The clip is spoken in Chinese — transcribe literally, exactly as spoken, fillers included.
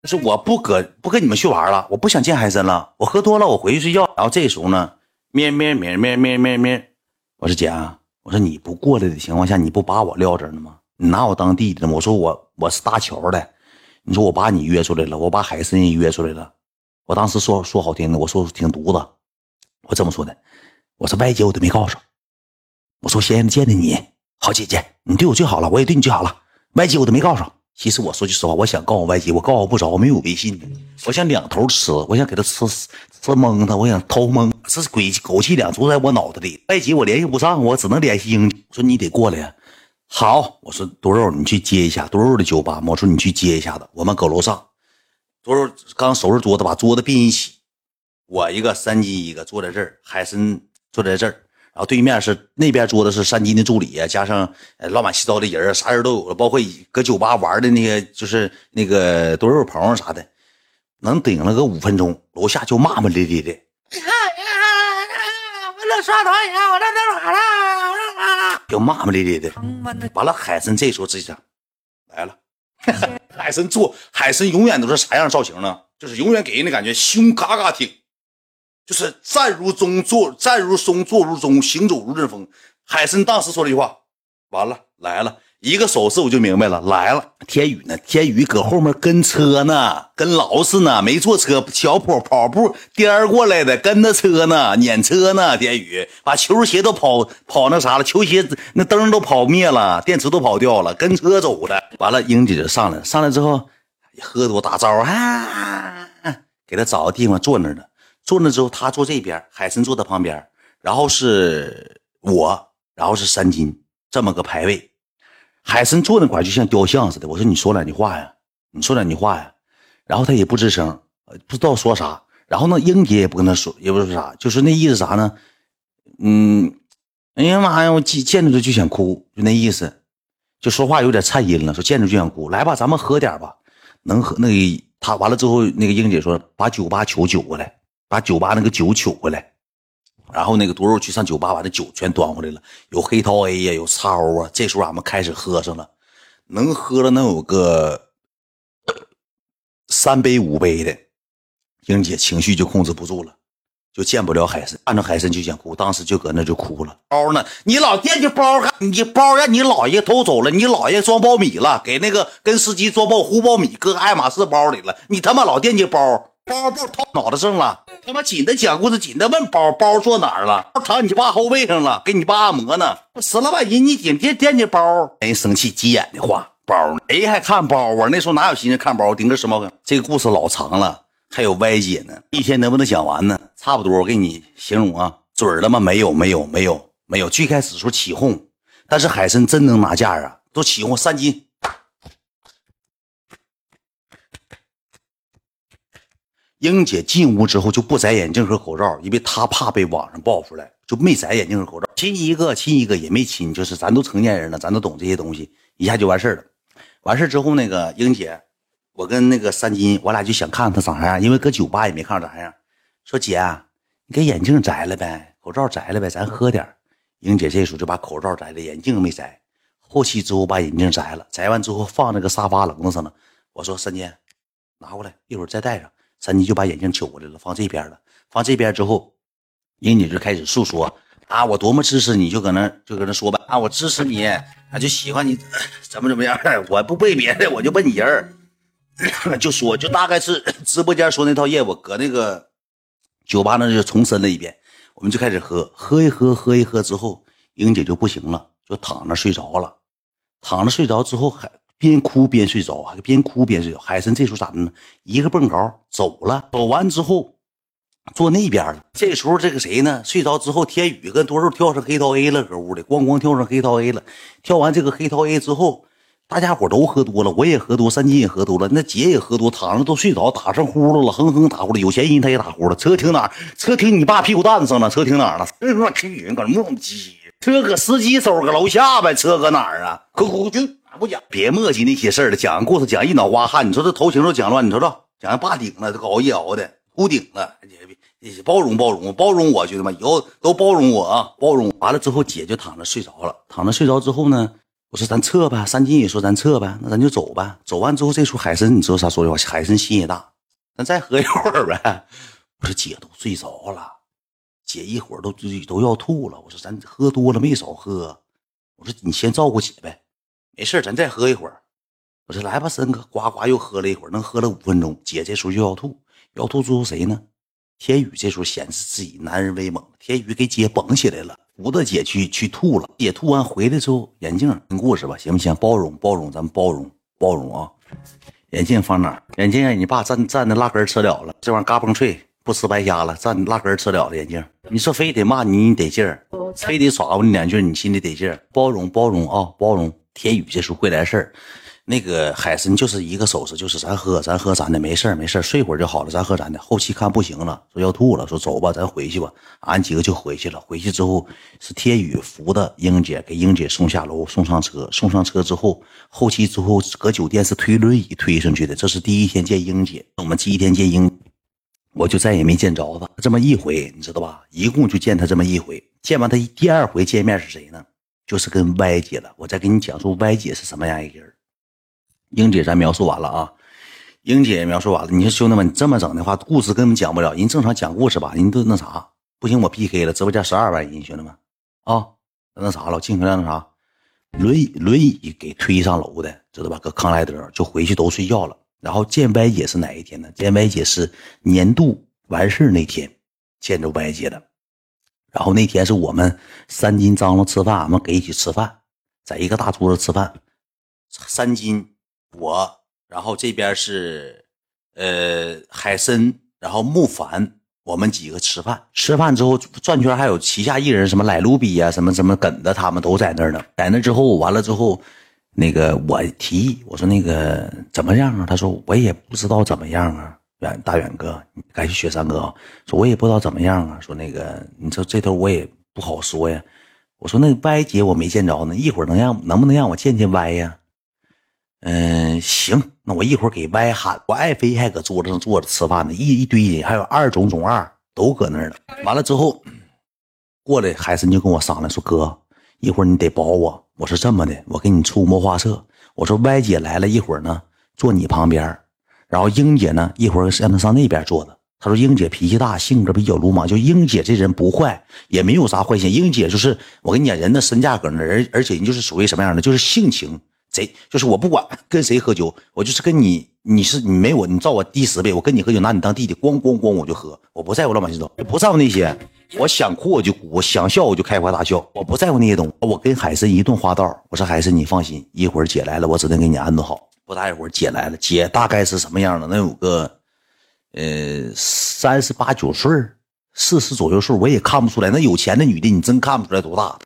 是我不搁不跟你们去玩了，我不想见海参了，我喝多了，我回去睡觉。然后这时候呢，咩咩咩咩咩咩咩，我说姐啊，我说你不过来的情况下，你不把我撂这儿呢吗？你拿我当弟弟呢？我说我我是搭桥的，你说我把你约出来了，我把海参也约出来了。我当时说说好听的，我说挺犊子，我这么说的，我说歪姐我都没告诉，我说先见着你，好姐姐，你对我最好了，我也对你最好了，歪姐我都没告诉。其实我说句实话，我想告诉歪姐，我告诉不着，我没有微信，我想两头吃，我想给他吃吃蒙他，我想偷蒙，这是鬼狗气两出在我脑子里。歪姐我联系不上，我只能联系英姐，说你得过来呀。好，我说多肉你去接一下多肉的酒吧，我说你去接一下子，我们搁楼上。多肉刚收拾桌子，把桌子并一起，我一个三金一个坐在这儿，海参坐在这儿。然后对面是那边桌子是三金的助理啊，加上呃老板七糟的人，啥人都有了，包括搁酒吧玩的那个就是那个多肉朋友啥的，能顶了个五分钟，楼下就骂骂咧咧的。我这刷导演，我这在哪了？就骂骂咧咧的。完了，海参这时候这下来了，海参做海参永远都是啥样造型呢？就是永远给人的感觉胸嘎嘎挺。就是站如钟，坐站如松，坐如钟，行走如阵风。海参当时说了一句话，完了来了，一个手势我就明白了，来了。天宇呢？天宇搁后面跟车呢，跟老实呢，没坐车，小跑跑步颠过来的，跟着车呢，撵车呢。天宇把球鞋都跑跑那啥了，球鞋那灯都跑灭了，电池都跑掉了，跟车走的。完了，英姐就上来，上来之后喝多打招呼，啊，给他找个地方坐那儿呢。坐那之后，他坐这边，海参坐他旁边，然后是我，然后是三金，这么个排位。海参坐那块就像雕像似的。我说你说两句话呀，你说两句话呀，然后他也不吱声，不知道说啥。然后呢，英姐也不跟他说，也不说啥，就是那意思啥呢？嗯，哎呀妈呀，我见着他就想哭，就那意思，就说话有点颤音了，说见着就想哭。来吧，咱们喝点吧，能喝那个他完了之后，那个英姐说把酒吧求酒过来。把酒吧那个酒取回来，然后那个多肉去上酒吧把那酒全端回来了，有黑桃 A 呀，有叉 O 啊。这时候俺们开始喝上了，能喝了能有个三杯五杯的。英姐情绪就控制不住了，就见不了海参，看着海参就想哭，当时就搁那就哭了。包呢？你老惦记包，你包让你姥爷偷走了，你姥爷装苞米了，给那个跟司机装包糊苞米，搁爱马仕包里了，你他妈老惦记包。包包掏脑袋上了，他妈紧的讲故事，紧的问包包坐哪儿了？包躺你爸后背上了，给你爸按摩呢。死了半人，你紧惦惦记包，人生气急眼的话，包谁还看包啊？那时候哪有心思看包？盯个时髦。这个故事老长了，还有歪姐呢，一天能不能讲完呢？差不多，我给你形容啊，准了吗？没有，没有，没有，没有。最开始时候起哄，但是海参真能拿价啊，都起哄三斤。英姐进屋之后就不摘眼镜和口罩，因为她怕被网上爆出来，就没摘眼镜和口罩。亲一个亲一个也没亲，就是咱都成年人了，咱都懂这些东西，一下就完事了。完事之后，那个英姐，我跟那个三金，我俩就想看看她长啥样，因为搁酒吧也没看着啥样。说姐啊，你给眼镜摘了呗，口罩摘了呗，咱喝点。英姐这时候就把口罩摘了，眼镜没摘。后期之后把眼镜摘了，摘完之后放那个沙发棱子上了。我说三金，拿过来，一会儿再戴上。三金就把眼镜取过来了，放这边了。放这边之后，英姐就开始诉说啊，我多么支持你，就搁那就搁那说吧啊，我支持你，啊，就喜欢你，怎么怎么样，我不背别的，我就奔你人，就说就大概是直播间说那套业务，搁那个酒吧那就重申了一遍。我们就开始喝，喝一喝，喝一喝之后，英姐就不行了，就躺那睡着了。躺着睡着之后还边哭边睡着，还边哭边睡着。海参这时候咋的呢？一个蹦高走了，走完之后坐那边了。这时候这个谁呢？睡着之后，天宇跟多肉跳上黑桃 A 了，搁屋里咣咣跳上黑桃 A 了。跳完这个黑桃 A 之后，大家伙都喝多了，我也喝多，三金也喝多了，那姐也喝多，躺着都睡着，打上呼噜了，哼哼打呼噜。有钱人他也打呼噜。车停哪儿？车停你爸屁股蛋子上了。车停哪儿了？我去，搁那磨叽。车搁司机手搁楼下呗。车搁哪儿啊？可可就不讲，别磨叽那些事儿了。讲故事讲一脑瓜汗，你说这头型都讲乱，你瞅瞅，讲爸顶了，都熬夜熬的，秃顶了。包容包容包容我，兄弟们以后都包容我啊，包容我。完了之后，姐就躺着睡着了。躺着睡着之后呢， 我说咱撤吧，三金也说咱撤呗，那咱就走吧。走完之后，这时候海参你知道啥说的话？海参心也大，咱再喝一会儿呗。我说姐都睡着了，姐一会儿都都要吐了。我说咱喝多了没少喝，我说你先照顾姐呗，没事咱再喝一会儿。我说来吧，森哥，呱呱又喝了一会儿，能喝了五分钟。姐这时候又要吐，要吐之后谁呢？天宇这时候显示自己男人威猛，天宇给姐绷起来了，扶着姐去去吐了。姐吐完回来之后，眼镜听故事吧，行不行？包容包容，咱们包容包容啊。眼镜放哪儿？眼镜让你爸站站着拉根吃了了，这玩意儿嘎嘣脆，不吃白瞎了，站拉根吃了了。眼镜，你说非得骂你，你得劲儿，非得耍我你两句，你心里得劲儿。包容包容啊，包容。天宇这时候会来事儿。那个海参就是一个手势，就是咱喝咱喝咱的，没事没事，睡会儿就好了，咱喝咱的。后期看不行了，说要吐了，说走吧，咱回去吧。俺几个就回去了。回去之后是天宇扶的英姐，给英姐送下楼，送上车。送上车之后，后期之后搁酒店是推轮椅推上去的。这是第一天见英姐，我们第一天见英，我就再也没见着她这么一回，你知道吧？一共就见她这么一回。见完她第二回见面是谁呢？就是跟歪姐了。我再给你讲述歪姐是什么样一个人。英姐咱描述完了啊，英姐描述完了。你说兄弟们，你这么整的话，故事根本讲不了。人正常讲故事吧，人都那啥，不行我 P K 了，直播间十二万人，兄弟们啊，那啥了，尽可量那啥，轮椅轮椅给推上楼的，知道吧？搁康莱德就回去都睡觉了。然后见歪姐是哪一天呢？见歪姐是年度完事那天见着歪姐的。然后那天是我们三金张罗吃饭，俺们给一起吃饭，在一个大桌子吃饭，三金。我，然后这边是，呃，海参，然后木凡，我们几个吃饭。吃饭之后转圈还有旗下艺人什么莱卢比啊，什么什么梗的，他们都在那儿呢。在那之后完了之后，那个我提议，我说那个怎么样啊？他说我也不知道怎么样啊。远大远哥，感谢雪山哥，说我也不知道怎么样啊。说那个你说这头我也不好说呀。我说那歪姐我没见着呢，一会儿能让能不能让我见见歪呀？嗯，行，那我一会儿给歪喊。我爱妃还搁桌子上坐着吃饭呢，一一堆人，还有二总总二都搁那儿呢。完了之后，过来海参就跟我商量说：“哥，一会儿你得保我。”我说：“这么的，我给你出谋划策。”我说：“歪姐来了一会儿呢，坐你旁边，然后英姐呢，一会儿让她上那边坐着。”他说：“英姐脾气大，性格比较鲁莽，就英姐这人不坏，也没有啥坏心。英姐就是我跟你讲，人的身价搁那，而而且人就是属于什么样的，就是性情。”贼就是我不管跟谁喝酒，我就是跟你，你是你没我，你照我低十倍，我跟你喝酒拿你当弟弟，咣咣咣我就喝，我不在乎乱七八糟，不在乎那些，我想哭我就哭，我想笑我就开怀大笑，我不在乎那些东西。我跟海参一顿花道，我说海参你放心，一会儿姐来了，我只能给你安顿好。不大一会儿姐来了，姐大概是什么样的？能有个呃三十八九岁，四十左右岁，我也看不出来。那有钱的女的，你真看不出来多大。